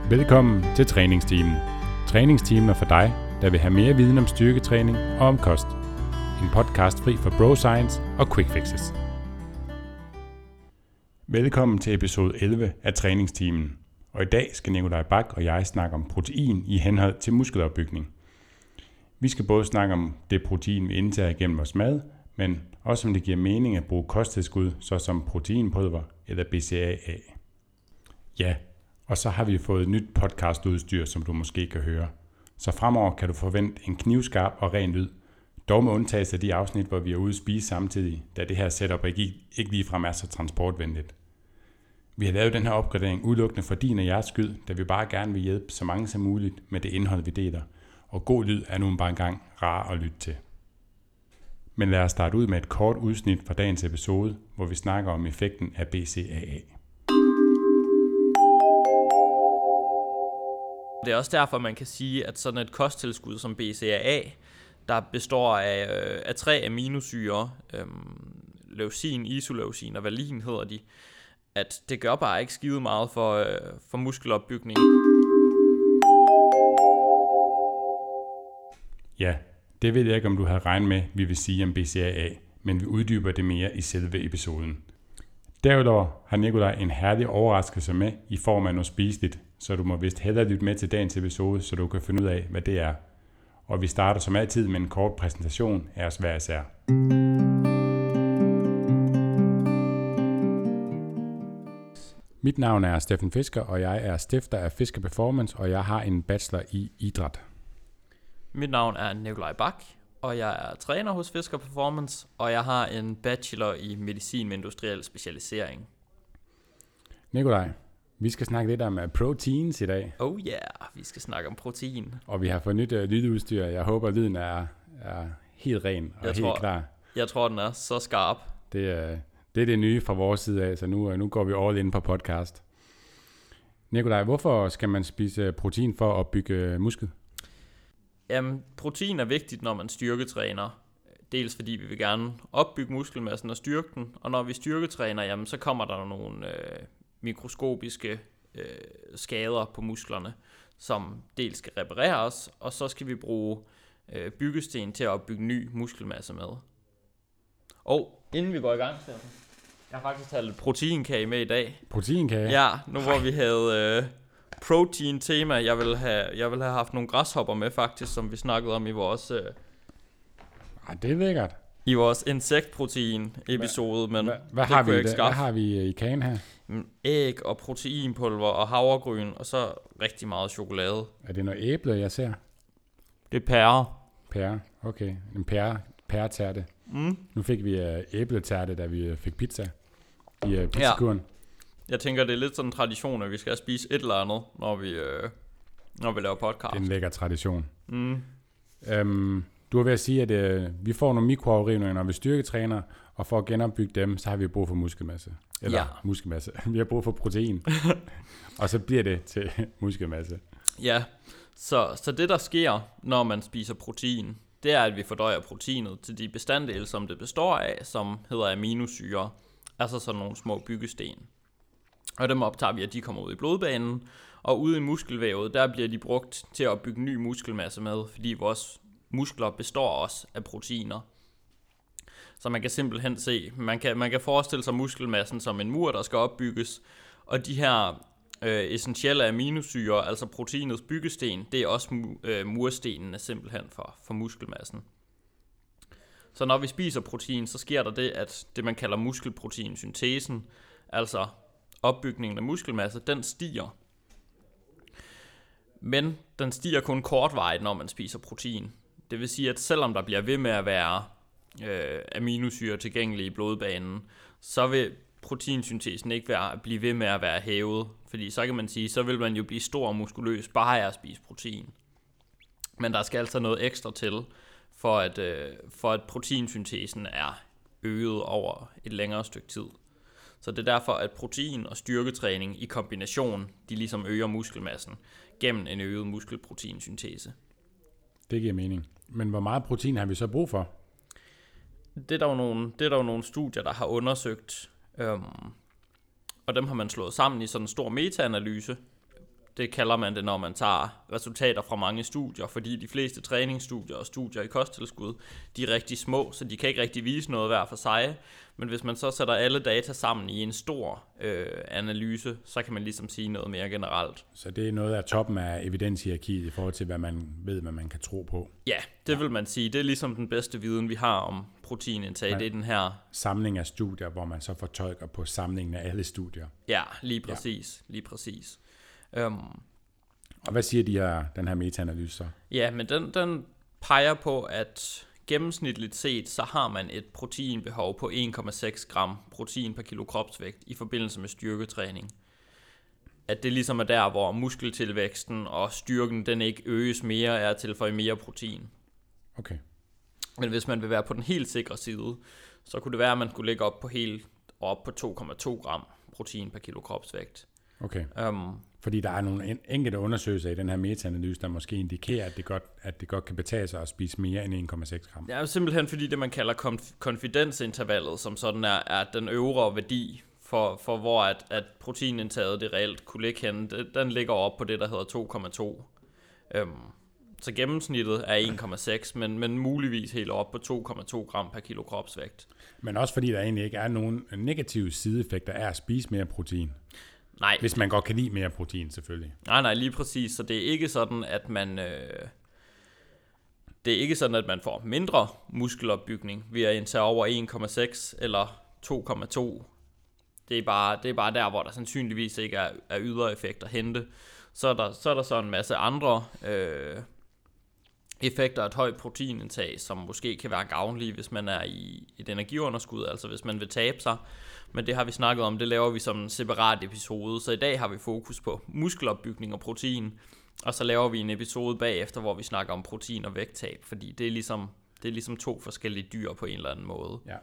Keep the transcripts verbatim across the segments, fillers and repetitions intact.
Velkommen til Træningsteamen. Træningsteamen er for dig, der vil have mere viden om styrketræning og om kost. En podcast fri for bro science og quick fixes. Velkommen til episode elleve af Træningsteamen. Og i dag skal Nikolaj Bak og jeg snakke om protein i henhold til muskelopbygning. Vi skal både snakke om det protein, vi indtager gennem vores mad, men også om det giver mening at bruge kosttilskud, såsom proteinpulver eller B C A A. Ja, og så har vi fået et nyt podcastudstyr, som du måske kan høre. Så fremover kan du forvente en knivskarp og ren lyd. Dog med undtagelse af de afsnit, hvor vi er ude at spise samtidig, da det her setup ikke, ikke ligefrem er så transportvenligt. Vi har lavet den her opgradering udelukkende for din og jeres skyld, da vi bare gerne vil hjælpe så mange som muligt med det indhold, vi deler. Og god lyd er nu bare engang rar at lytte til. Men lad os starte ud med et kort udsnit fra dagens episode, hvor vi snakker om effekten af B C A A. Det er også derfor, man kan sige, at sådan et kosttilskud som B C A A, der består af, øh, af tre aminosyrer, øh, leucin, isoleucin og valin hedder de, at det gør bare ikke skide meget for, øh, for muskelopbygning. Ja, det ved jeg ikke, om du havde regnet med, vi vil sige om B C A A, men vi uddyber det mere i selve episoden. Derudover har Nikolaj en herlig overraskelse med i form af noget spiseligt, så du må vist hellere lytte med til dagens episode, så du kan finde ud af, hvad det er. Og vi starter som altid med en kort præsentation af os hver især. Mit navn er Steffen Fisker, og jeg er stifter af Fisker Performance, og jeg har en bachelor i idræt. Mit navn er Nikolaj Bak, og jeg er træner hos Fisker Performance, og jeg har en bachelor i medicin med industriel specialisering. Nikolaj, vi skal snakke lidt om proteins i dag. Oh yeah, vi skal snakke om protein. Og vi har fået nyt uh, lydudstyr. Jeg håber, at lyden er, er helt ren og jeg helt tror, klar. Jeg tror, den er så skarp. Det er, det er det nye fra vores side af, så nu, nu går vi all in på podcast. Nikolaj, hvorfor skal man spise protein for at bygge muskel? Jamen, protein er vigtigt, når man styrketræner. Dels fordi vi vil gerne opbygge muskelmassen og styrke den, og når vi styrketræner, jamen, så kommer der nogle øh, mikroskopiske øh, skader på musklerne, som dels skal repareres, og så skal vi bruge øh, byggesten til at opbygge ny muskelmasse med. Og inden vi går i gang, Steffen, jeg har faktisk taget lidt proteinkage med i dag. Proteinkage? Ja, nu hvor vi havde øh, protein-tema, jeg ville have, jeg ville have haft nogle græshopper med faktisk, som vi snakkede om i vores øh, Ej, det er lækkert. I vores insektprotein-episode, men hvad, hvad, har vi, hvad har vi i kagen her? Æg og proteinpulver og havregryn, og så rigtig meget chokolade. Er det noget æble, jeg ser? Det er pære. Pære, okay. En pære, pæretærte. Mm. Nu fik vi uh, æbletærte, da vi uh, fik pizza i uh, pizzakuren. Ja. Jeg tænker, det er lidt sådan en tradition, at vi skal spise et eller andet, når vi, øh, når vi laver podcast. Det er en lækker tradition. Mm. Um, Du er ved at sige, at øh, vi får nogle mikroafrivninger, når vi styrketræner, og for at genopbygge dem, så har vi brug for muskelmasse. Eller ja. muskelmasse. Vi har brug for protein. Og så bliver det til muskelmasse. Ja, så, så det der sker, når man spiser protein, det er, at vi fordøjer proteinet til de bestanddele, som det består af, som hedder aminosyrer. Altså sådan nogle små byggesten. Og dem optager vi, at de kommer ud i blodbanen. Og ude i muskelvævet, der bliver de brugt til at bygge ny muskelmasse med, fordi vores muskler består også af proteiner. Så man kan simpelthen se, man kan, man kan forestille sig muskelmassen som en mur, der skal opbygges. Og de her øh, essentielle aminosyrer, altså proteinets byggesten, det er også mu- øh, murstenene simpelthen for, for muskelmassen. Så når vi spiser protein, så sker der det, at det man kalder muskelproteinsyntesen, altså opbygningen af muskelmasse, den stiger. Men den stiger kun kortvarigt, når man spiser protein. Det vil sige, at selvom der bliver ved med at være øh, aminosyrer tilgængelige i blodbanen, så vil proteinsyntesen ikke være, blive ved med at være hævet. Fordi så kan man sige, så vil man jo blive stor og muskuløs bare af at spise protein. Men der skal altså noget ekstra til, for at, øh, for at proteinsyntesen er øget over et længere stykke tid. Så det er derfor, at protein og styrketræning i kombination, de ligesom øger muskelmassen gennem en øget muskelproteinsyntese. Det giver mening. Men hvor meget protein har vi så brug for? Det er der jo nogle, det er der jo nogle studier, der har undersøgt, øhm, og dem har man slået sammen i sådan en stor metaanalyse. det kalder man det, når man tager resultater fra mange studier, fordi de fleste træningsstudier og studier i kosttilskud, de er rigtig små, så de kan ikke rigtig vise noget hver for sig. Men hvis man så sætter alle data sammen i en stor øh, analyse, så kan man ligesom sige noget mere generelt. Så det er noget af toppen af evidenshierarkiet i forhold til, hvad man ved, hvad man kan tro på? Ja, det vil man sige. Det er ligesom den bedste viden, vi har om proteinindtag. Det er den her samling af studier, hvor man så fortolker på samlingen af alle studier. Ja, lige præcis. Ja. Lige præcis. Um, og hvad siger de her, den her meta-analyse så? Ja, men den, den peger på, at gennemsnitligt set, så har man et proteinbehov på en komma seks gram protein per kilo kropsvægt i forbindelse med styrketræning. At det ligesom er der, hvor muskeltilvæksten og styrken, den ikke øges mere, er til for mere protein. Okay. Men hvis man vil være på den helt sikre side, så kunne det være, at man skulle lægge op på helt op på to komma to gram protein per kilo kropsvægt. Okay. Um, Fordi der er nogle enkelte undersøgelser i den her meta-analyse, der måske indikerer, at det godt, at det godt kan betale sig at spise mere end en komma seks gram. Det er jo simpelthen fordi det, man kalder konf- konfidensintervallet, som sådan er, er den øvre værdi for, for hvor at, at proteinindtaget det reelt kunne ligge henne. Det, den ligger op på det, der hedder to komma to. Um, så gennemsnittet er en komma seks, men, men muligvis helt op på to komma to gram per kilo kropsvægt. Men også fordi der egentlig ikke er nogen negative sideeffekter af at spise mere protein. Nej. Hvis man godt kan lide mere protein, selvfølgelig. Nej, nej, lige præcis. Så det er ikke sådan, at man øh, det er ikke sådan, at man får mindre muskelopbygning ved at indtage over en komma seks eller to komma to. Det er bare det er bare der, hvor der sandsynligvis ikke er, er ydre effekter at hente. Så er der så er der så en masse andre øh, effekter af et højt proteinindtag, som måske kan være gavnlige, hvis man er i et energiunderskud, altså hvis man vil tabe sig. Men det har vi snakket om, det laver vi som en separat episode, så i dag har vi fokus på muskelopbygning og protein, og så laver vi en episode bagefter, hvor vi snakker om protein og vægttab, fordi det er ligesom, det er ligesom to forskellige dyr på en eller anden måde. Ja.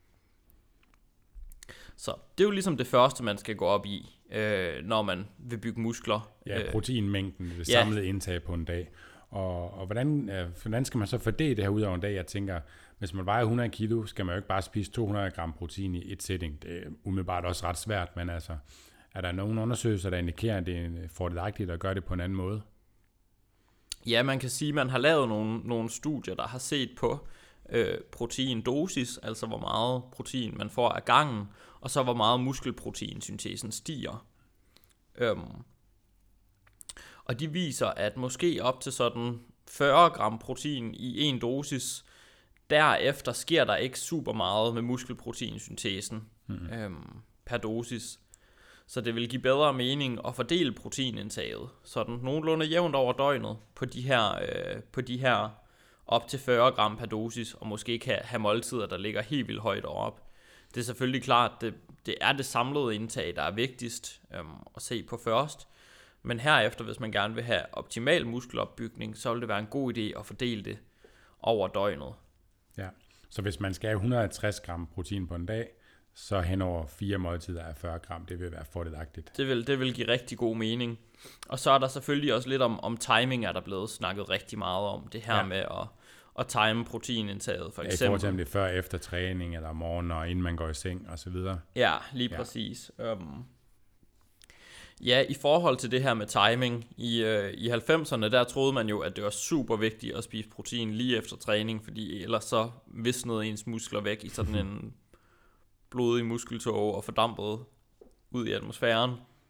Så det er jo ligesom det første, man skal gå op i, øh, når man vil bygge muskler. Ja, proteinmængden, det ja. samlede indtag på en dag. Og, og hvordan, øh, hvordan skal man så fordele det her ud over en dag? Jeg tænker, hvis man vejer hundrede kilo, skal man jo ikke bare spise to hundrede gram protein i et setting. Det er umiddelbart også ret svært, men altså, er der nogen undersøgelser, der indikerer, at det er fordelagtigt at gøre det på en anden måde? Ja, man kan sige, at man har lavet nogle, nogle studier, der har set på øh, proteindosis, altså hvor meget protein man får af gangen, og så hvor meget muskelproteinsyntesen stiger. Øhm. Og de viser, at måske op til sådan fyrre gram protein i en dosis, derefter sker der ikke super meget med muskelproteinsyntesen mm. øhm, per dosis. Så det vil give bedre mening at fordele proteinindtaget sådan nogenlunde jævnt over døgnet på de her, øh, på de her op til fyrre gram per dosis, og måske kan have måltider, der ligger helt vildt højt op. Det er selvfølgelig klart, det, det er det samlede indtag, der er vigtigst øhm, at se på først. Men herefter, hvis man gerne vil have optimal muskelopbygning, så vil det være en god idé at fordele det over døgnet. Ja, så hvis man skal have et hundrede og halvtreds gram protein på en dag, så hen over fire måltider af fyrre gram, det vil være fordelagtigt. Det vil, det vil give rigtig god mening. Og så er der selvfølgelig også lidt om, om timing, er der blevet snakket rigtig meget om. Det her ja. med at, at time proteinindtaget, for ja, eksempel. I forhold til, om det er før efter træning, eller om morgenen, og inden man går i seng, og så videre. Ja, lige ja. præcis. Um, ja, i forhold til det her med timing, i, øh, i halvfemserne, der troede man jo, at det var super vigtigt at spise protein lige efter træning, fordi ellers så visnede ens muskler væk i sådan en blodig muskeltåge og fordampet ud i atmosfæren.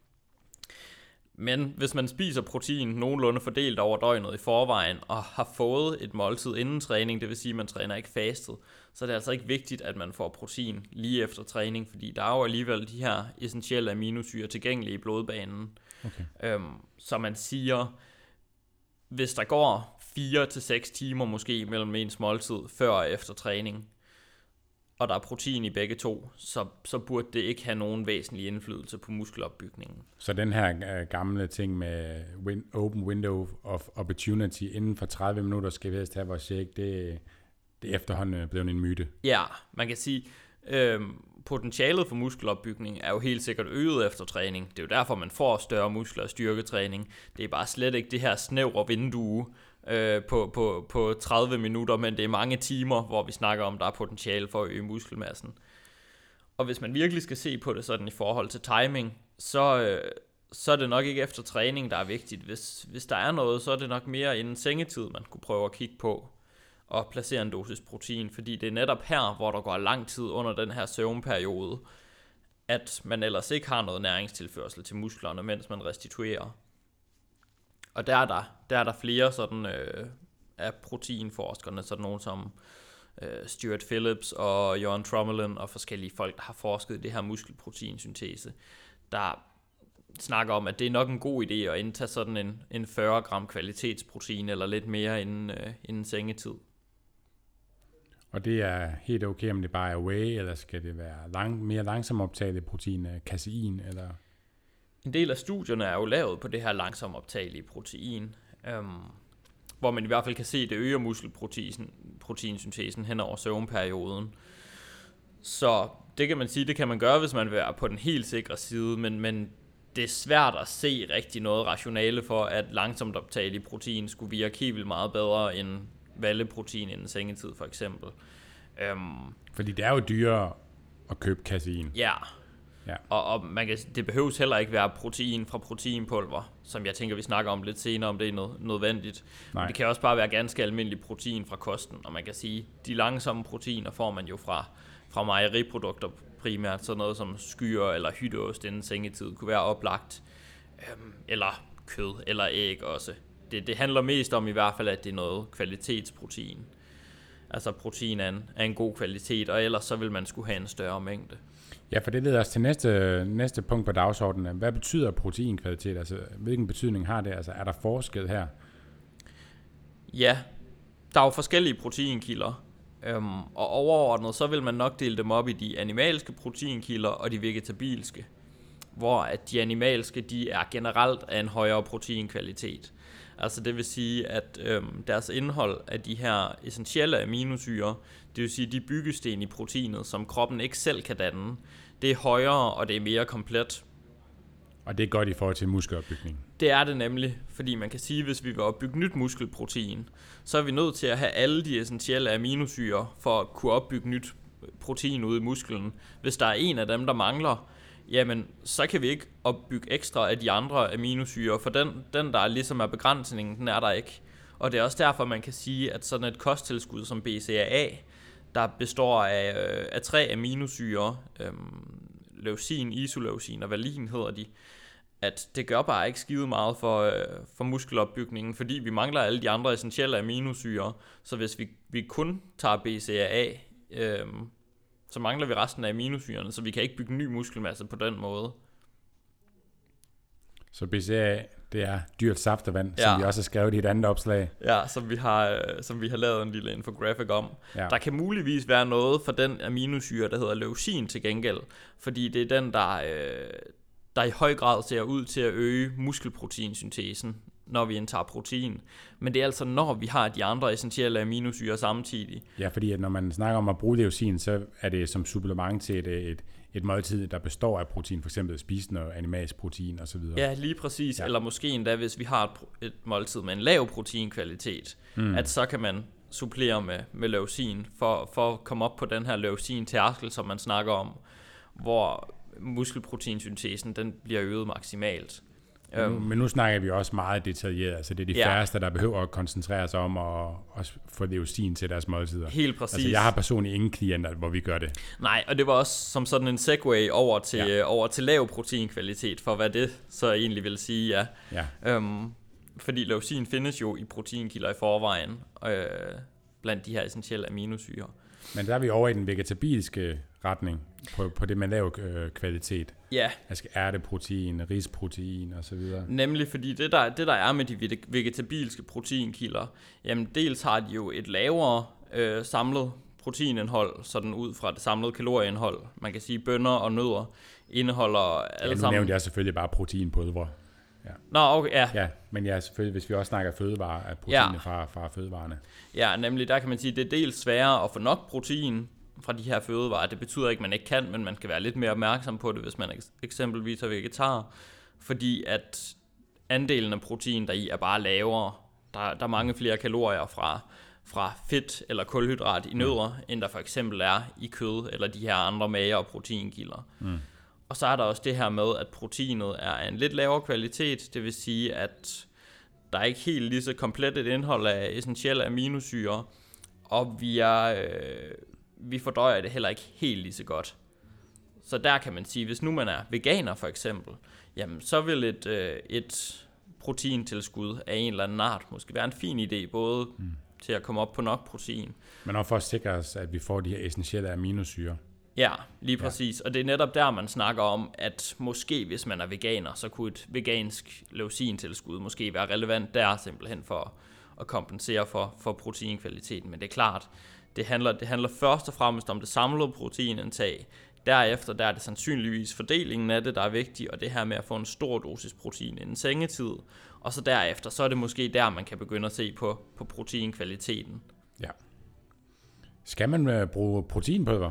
Men hvis man spiser protein nogenlunde fordelt over døgnet i forvejen, og har fået et måltid inden træning, det vil sige, at man træner ikke fastet, så er det altså ikke vigtigt, at man får protein lige efter træning, fordi der er jo alligevel de her essentielle aminosyrer tilgængelige i blodbanen. Okay. Øhm, så man siger, hvis der går fire til seks timer måske mellem ens måltid før og efter træning, og der er protein i begge to, så, så burde det ikke have nogen væsentlig indflydelse på muskelopbygningen. Så den her uh, gamle ting med win, open window of opportunity inden for tredive minutter skal vi helst have vores shake, det, det er efterhånden blevet en myte. Ja, man kan sige, øhm, potentialet for muskelopbygning er jo helt sikkert øget efter træning. Det er jo derfor, man får større muskler og styrketræning. Det er bare slet ikke det her snævre vindue, Øh, på, på, på tredive minutter, men det er mange timer, hvor vi snakker om, der er potentiale for at øge muskelmassen. Og hvis man virkelig skal se på det sådan i forhold til timing, så, øh, så er det nok ikke efter træning, der er vigtigt. Hvis, hvis der er noget, så er det nok mere inden sengetid, man kunne prøve at kigge på og placere en dosis protein, fordi det er netop her, hvor der går lang tid under den her søvnperiode, at man ellers ikke har noget næringstilførsel til musklerne, mens man restituerer. Og der er der, der, er der flere sådan, øh, af proteinforskerne, sådan nogen som øh, Stuart Phillips og Jørgen Tromelin og forskellige folk, der har forsket i det her muskelproteinsyntese, der snakker om, at det er nok en god idé at indtage sådan en, en fyrre gram kvalitetsprotein eller lidt mere inden, øh, inden sengetid. Og det er helt okay, om det bare er whey, eller skal det være lang, mere langsomt optagelige protein, casein, eller? En del af studierne er jo lavet på det her langsomt optagelige protein, øhm, hvor man i hvert fald kan se, at det øger muskelproteinsyntesen hen over søvnperioden. Så det kan man sige, det kan man gøre, hvis man vil være på den helt sikre side, men, men det er svært at se rigtig noget rationale for, at langsomt optagelige protein skulle virke helt vildt meget bedre end valleprotein inden sengetid, for eksempel. Øhm, Fordi det er jo dyrere at købe casein. Ja, ja. og, og man kan, det behøves heller ikke være protein fra proteinpulver, som jeg tænker, vi snakker om lidt senere, om det er noget, nødvendigt. Det kan også bare være ganske almindelig protein fra kosten, og man kan sige, de langsomme proteiner får man jo fra, fra mejeriprodukter primært, sådan noget som skyer eller hytteost inden sengetid kunne være oplagt, øhm, eller kød eller æg også. Det, det handler mest om i hvert fald, at det er noget kvalitetsprotein. Altså protein er en, er en god kvalitet, og ellers så vil man skulle have en større mængde. Ja, for det leder os til næste, næste punkt på dagsordenen. Hvad betyder proteinkvalitet? Altså, hvilken betydning har det? Altså, er der forskel her? Ja, der er jo forskellige proteinkilder. Øhm, og overordnet, så vil man nok dele dem op i de animalske proteinkilder og de vegetabilske. Hvor at de animalske, de er generelt af en højere proteinkvalitet. Altså det vil sige, at øhm, deres indhold af de her essentielle aminosyrer, det vil sige de byggesten i proteinet, som kroppen ikke selv kan danne, det er højere, og det er mere komplet. Og det er godt i forhold til muskelopbygning. Det er det nemlig, fordi man kan sige, at hvis vi vil opbygge nyt muskelprotein, så er vi nødt til at have alle de essentielle aminosyrer for at kunne opbygge nyt protein ude i musklen. Hvis der er en af dem, der mangler, jamen så kan vi ikke opbygge ekstra af de andre aminosyrer, for den, den der ligesom er begrænsningen, den er der ikke. Og det er også derfor, man kan sige, at sådan et kosttilskud som B C A A, der består af, af tre aminosyrer, øhm, leucin, isoleucin og valin hedder de, at det gør bare ikke skide meget for, øh, for muskelopbygningen, fordi vi mangler alle de andre essentielle aminosyrer. Så hvis vi, vi kun tager B C A A, øh, så mangler vi resten af aminosyrerne, så vi kan ikke bygge ny muskelmasse på den måde. Så B C A A, det er dyrt saftevand, ja. Som vi også har skrevet i et andet opslag. Ja, som vi har, øh, som vi har lavet en lille infografik om. Ja. Der kan muligvis være noget for den aminosyre, der hedder leucin til gengæld, fordi det er den, der, øh, der i høj grad ser ud til at øge muskelproteinsyntesen, når vi indtager protein. Men det er altså, når vi har de andre essentielle aminosyrer samtidig. Ja, fordi at når man snakker om at bruge leucin, så er det som supplement til et, et, et måltid, der består af protein, for eksempel at spise noget animalsk protein osv. Ja, lige præcis. Ja. Eller måske endda, hvis vi har et, et måltid med en lav proteinkvalitet, mm. at så kan man supplere med, med leucin, for, for at komme op på den her leucin-tærskel, som man snakker om, hvor muskelproteinsyntesen den bliver øget maksimalt. Men nu, men nu snakker vi også meget detaljeret, altså det er de ja. færreste, der behøver at koncentrere sig om at, at få leucin til deres måltider. Helt præcis. Altså jeg har personligt ingen klienter, hvor vi gør det. Nej, og det var også som sådan en segway over til, ja. over til lav proteinkvalitet, for hvad det så egentlig vil sige, ja. ja. Øhm, fordi leucin findes jo i proteinkilder i forvejen, øh, blandt de her essentielle aminosyrer. Men der er vi over i den vegetabilske retning, på, på det med lav øh, kvalitet. Ja. Altså ærteprotein, risprotein og så videre. Nemlig fordi det der, det der er med de vegetabilske proteinkilder, jamen dels har de jo et lavere øh, samlet proteinindhold, sådan ud fra det samlede kalorieindhold. Man kan sige, bønner og nødder indeholder alle ja, nu sammen. nævnte jeg selvfølgelig bare proteinpulver. Ja. Nå, okay, ja. Ja, men ja, selvfølgelig, hvis vi også snakker fødevarer, er proteiner ja. fra, fra fødevarene. Ja, nemlig der kan man sige, det er dels sværere at få nok protein fra de her fødevarer. Det betyder ikke, at man ikke kan, men man skal være lidt mere opmærksom på det, hvis man eksempelvis er vegetar. Fordi at andelen af protein deri er bare lavere. Der, der er mange flere kalorier fra, fra fedt eller kulhydrat i nødder, mm. end der for eksempel er i kød eller de her andre magre proteinkilder. Mm. Og så er der også det her med, at proteinet er af en lidt lavere kvalitet, det vil sige, at der er ikke helt lige så komplet et indhold af essentielle aminosyrer, og vi, er, øh, vi fordøjer det heller ikke helt lige så godt. Så der kan man sige, hvis nu man er veganer for eksempel, jamen så vil et, øh, et proteintilskud af en eller anden art måske være en fin idé, både mm. til at komme op på nok protein. Men også for at sikre os, at vi får de her essentielle aminosyrer. Ja, lige præcis. Ja. Og det er netop der, man snakker om, at måske hvis man er veganer, så kunne et vegansk leucintilskud måske være relevant der simpelthen for at kompensere for, for proteinkvaliteten. Men det er klart, det handler, det handler først og fremmest om det samlede proteinindtag. Derefter der er det sandsynligvis fordelingen af det, der er vigtigt, og det her med at få en stor dosis protein inden sengetid. Og så derefter, så er det måske der, man kan begynde at se på, på proteinkvaliteten. Ja. Skal man uh, bruge proteinpulver?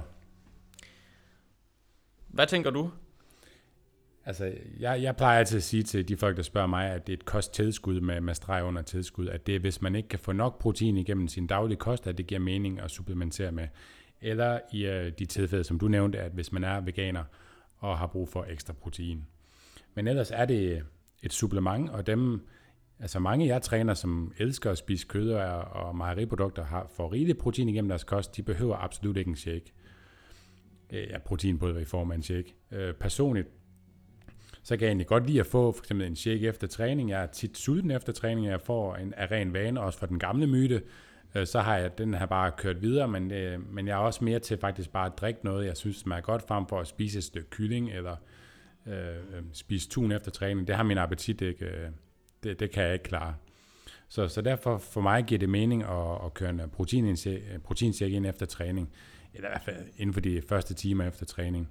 Hvad tænker du? Altså, jeg, jeg plejer altid at sige til de folk, der spørger mig, at det er et kosttilskud med, med streg under tilskud, at det er, hvis man ikke kan få nok protein igennem sin daglige kost, at det giver mening at supplementere med. Eller i uh, de tilfælde, som du nævnte, at hvis man er veganer og har brug for ekstra protein. Men ellers er det et supplement, og dem, altså mange jeg træner, som elsker at spise kød og, og mejeriprodukter, har får rigeligt protein igennem deres kost, de behøver absolut ikke en shake. Ja, proteinpulver i form af en shake. Øh, personligt, så kan jeg egentlig godt lide at få for eksempel en shake efter træning. Jeg er tit sulten efter træning, jeg får en af ren vane, også for den gamle myte. Øh, så har jeg den her bare kørt videre, men, øh, men jeg er også mere til faktisk bare at drikke noget, jeg synes smager godt, frem for at spise et stykke kylling, eller øh, spise tun efter træning. Det har min appetit ikke, øh, det, det kan jeg ikke klare. Så, så derfor for mig giver det mening at, at køre en proteinshake ind efter træning. Eller i hvert fald inden for de første timer efter træning.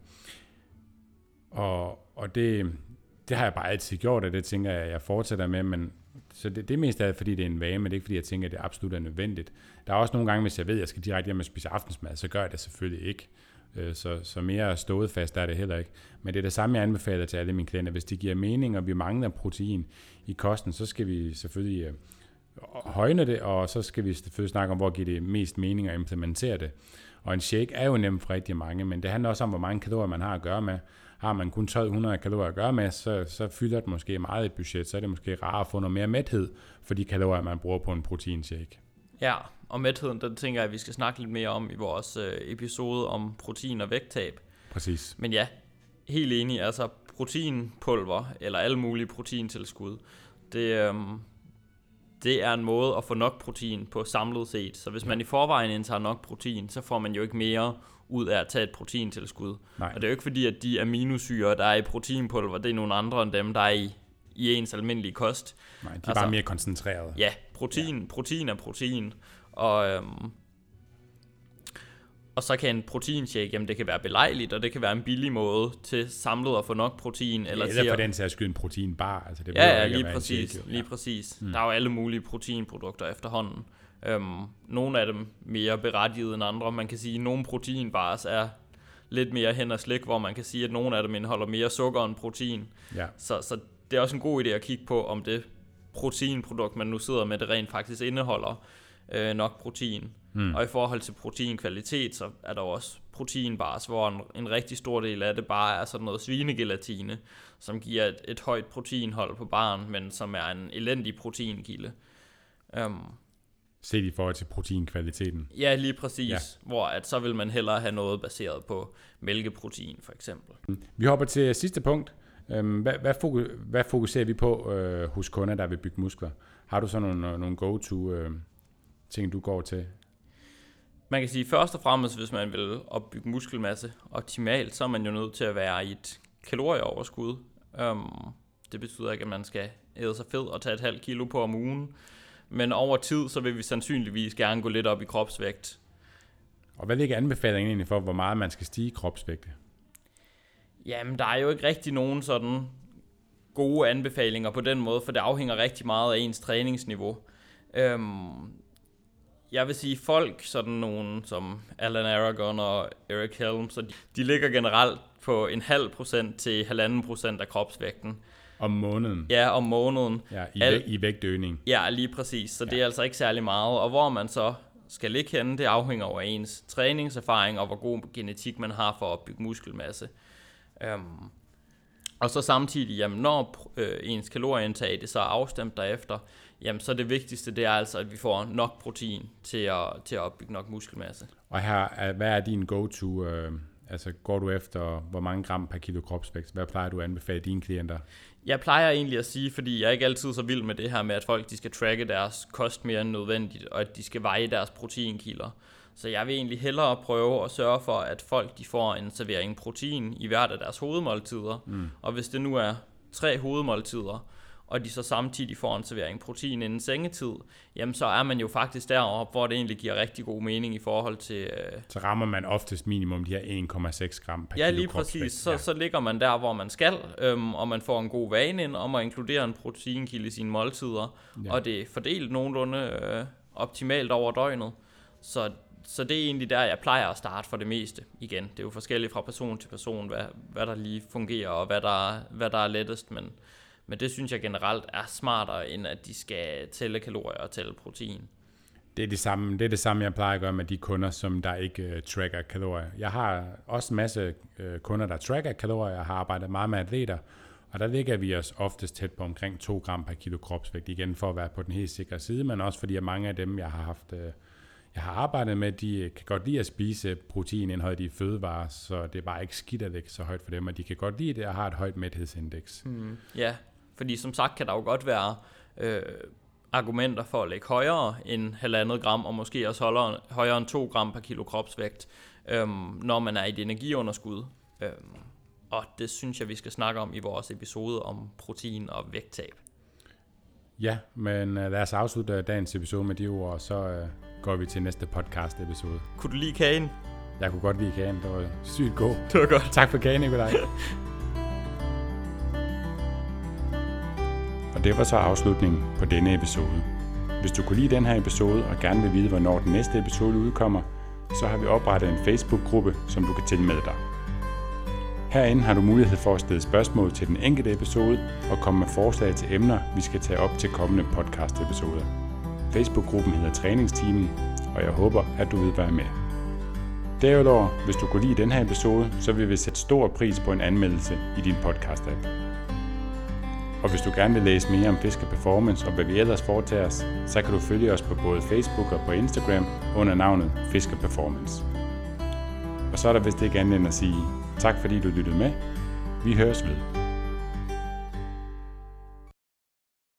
Og, og det, det har jeg bare altid gjort, og det tænker jeg, jeg fortsætter med. Men, så det, det er mest af, fordi det er en vane, men det er ikke, fordi jeg tænker, at det absolut er nødvendigt. Der er også nogle gange, hvis jeg ved, at jeg skal direkte hjem og spise aftensmad, så gør jeg det selvfølgelig ikke. Så, så mere stået fast er det heller ikke. Men det er det samme, jeg anbefaler til alle mine klienter. Hvis det giver mening, og vi mangler protein i kosten, så skal vi selvfølgelig højne det, og så skal vi selvfølgelig snakke om, hvor giver det mest mening at implementere det. Og en shake er jo nemt for rigtig mange, men det handler også om, hvor mange kalorier man har at gøre med. Har man kun tolv hundrede kalorier at gøre med, så, så fylder det måske meget et budget, så er det måske rart at få noget mere mæthed for de kalorier, man bruger på en proteinshake. Ja, og mætheden, den tænker jeg, at vi skal snakke lidt mere om i vores øh, episode om protein og vægttab. Præcis. Men ja, helt enig, altså proteinpulver eller alle mulige proteintilskud, det, øh, det er en måde at få nok protein på samlet set. Så hvis man i forvejen indtager nok protein, så får man jo ikke mere ud af at tage et proteintilskud. Nej. Og det er jo ikke fordi, at de aminosyrer, der er i proteinpulver, det er nogle andre end dem, der er i, i ens almindelige kost. Nej, de er altså bare mere koncentrerede. Ja, protein, ja. protein er protein. Og, øhm, og så kan en proteinshake, jamen det kan være belejligt, og det kan være en billig måde til samlet at få nok protein. Eller, eller til for at, den sags skyld en proteinbar. Altså det ja, ja, lige præcis. Shake, lige ja. præcis. Mm. Der er jo alle mulige proteinprodukter efterhånden. Øhm, nogle af dem mere berettiget end andre. Man kan sige, at nogle proteinbars er lidt mere hen og slik, hvor man kan sige, at nogle af dem indeholder mere sukker end protein. Ja. Så, så det er også en god idé at kigge på, om det proteinprodukt, man nu sidder med, det rent faktisk indeholder øh, nok protein. Mm. Og i forhold til proteinkvalitet, så er der også proteinbars, hvor en, en rigtig stor del af det bare er sådan noget svinegelatine, som giver et, et højt proteinhold på baren, men som er en elendig proteinkilde. Um, Set i forhold til proteinkvaliteten. Ja, lige præcis. Ja. Hvor at så vil man hellere have noget baseret på mælkeprotein, for eksempel. Vi hopper til sidste punkt. Hvad, hvad, fokus, hvad fokuserer vi på øh, hos kunder, der vil bygge muskler? Har du så nogle, nogle go-to øh, ting, du går til? Man kan sige, først og fremmest, hvis man vil opbygge muskelmasse optimalt, så er man jo nødt til at være i et kalorieoverskud. Um, det betyder ikke, at man skal æde sig fed og tage et halvt kilo på om ugen. Men over tid, så vil vi sandsynligvis gerne gå lidt op i kropsvægt. Og hvad ligger anbefalingen egentlig for, hvor meget man skal stige i kropsvægt? Jamen, der er jo ikke rigtig nogen sådan gode anbefalinger på den måde, for det afhænger rigtig meget af ens træningsniveau. Um, jeg vil sige, folk, sådan nogen som Alan Aragon og Eric Helms, så de, de ligger generelt på en halv procent til halvanden procent af kropsvægten. Om måneden? Ja, om måneden. Ja, i, Al- væg- i vægtøgning. Ja, lige præcis. Så ja. Det er altså ikke særlig meget. Og hvor man så skal ligge henne, det afhænger af ens træningserfaring og hvor god genetik man har for at bygge muskelmasse. Øhm, og så samtidig, jamen, når øh, ens kalorieindtag det så er afstemt derefter, jamen, så det vigtigste, det er altså, at vi får nok protein til at, til at opbygge nok muskelmasse. Og her, hvad er din go-to? Øh, altså, går du efter, hvor mange gram per kilo kropsvægt? Hvad plejer du at anbefale dine klienter? Jeg plejer egentlig at sige, fordi jeg er ikke altid så vild med det her med, at folk de skal tracke deres kost mere end nødvendigt, og at de skal veje deres proteinkilder. Så jeg vil egentlig hellere prøve at sørge for, at folk de får en servering protein i hvert af deres hovedmåltider. Mm. Og hvis det nu er tre hovedmåltider, og de så samtidig får en servering protein inden sengetid, jamen så er man jo faktisk deroppe, hvor det egentlig giver rigtig god mening i forhold til... Øh... Så rammer man oftest minimum de her en komma seks gram per ja, kilo lige kropsvægt. præcis. Så, ja. så ligger man der, hvor man skal, øhm, og man får en god vane ind om at inkludere en proteinkilde i sine måltider, ja. Og det er fordelt nogenlunde øh, optimalt over døgnet. Så, så det er egentlig der, jeg plejer at starte for det meste. Igen, det er jo forskelligt fra person til person, hvad, hvad der lige fungerer, og hvad der, hvad der er lettest, men... Men det synes jeg generelt er smartere, end at de skal tælle kalorier og tælle protein. Det er det samme, det er det samme, jeg plejer at gøre med de kunder, som der ikke uh, tracker kalorier. Jeg har også en masse uh, kunder, der tracker kalorier. Jeg har arbejdet meget med atleter, og der ligger vi os oftest tæt på omkring to gram per kilo kropsvægt, igen for at være på den helt sikre side, men også fordi mange af dem, jeg har haft... Uh, jeg har arbejdet med, de kan godt lide at spise proteinindholdet i fødevarer, så det er bare ikke skidt at lægge så højt for dem, og de kan godt lide det og har et højt mæthedsindeks. Hmm. Ja, fordi som sagt kan der jo godt være øh, argumenter for at lægge højere end halvandet gram, og måske også højere, højere end to gram per kilo kropsvægt, øh, når man er i et energiunderskud. Øh, og det synes jeg, vi skal snakke om i vores episode om protein og vægttab. Ja, men uh, lad os afslutte dagens episode med de ord, og så uh, går vi til næste podcast episode. Kunne du lide kagen? Jeg kunne godt lide kagen, det var sygt god. Det var godt. Tak for kagen, Nikolaj. Og det var så afslutningen på denne episode. Hvis du kunne lide den her episode og gerne vil vide, hvornår den næste episode udkommer, så har vi oprettet en Facebook-gruppe, som du kan tilmelde dig. Herinde har du mulighed for at stille spørgsmål til den enkelte episode og komme med forslag til emner, vi skal tage op til kommende podcast-episoder. Facebook-gruppen hedder Træningsteamen, og jeg håber, at du vil være med. Derudover, hvis du kunne lide den her episode, så vil vi sætte stor pris på en anmeldelse i din podcast-app. Og hvis du gerne vil læse mere om Fisker Performance og hvad vi ellers foretager os, så kan du følge os på både Facebook og på Instagram under navnet Fisker Performance. Og så er der vist ikke andet end at sige tak fordi du lyttede med. Vi høres ved.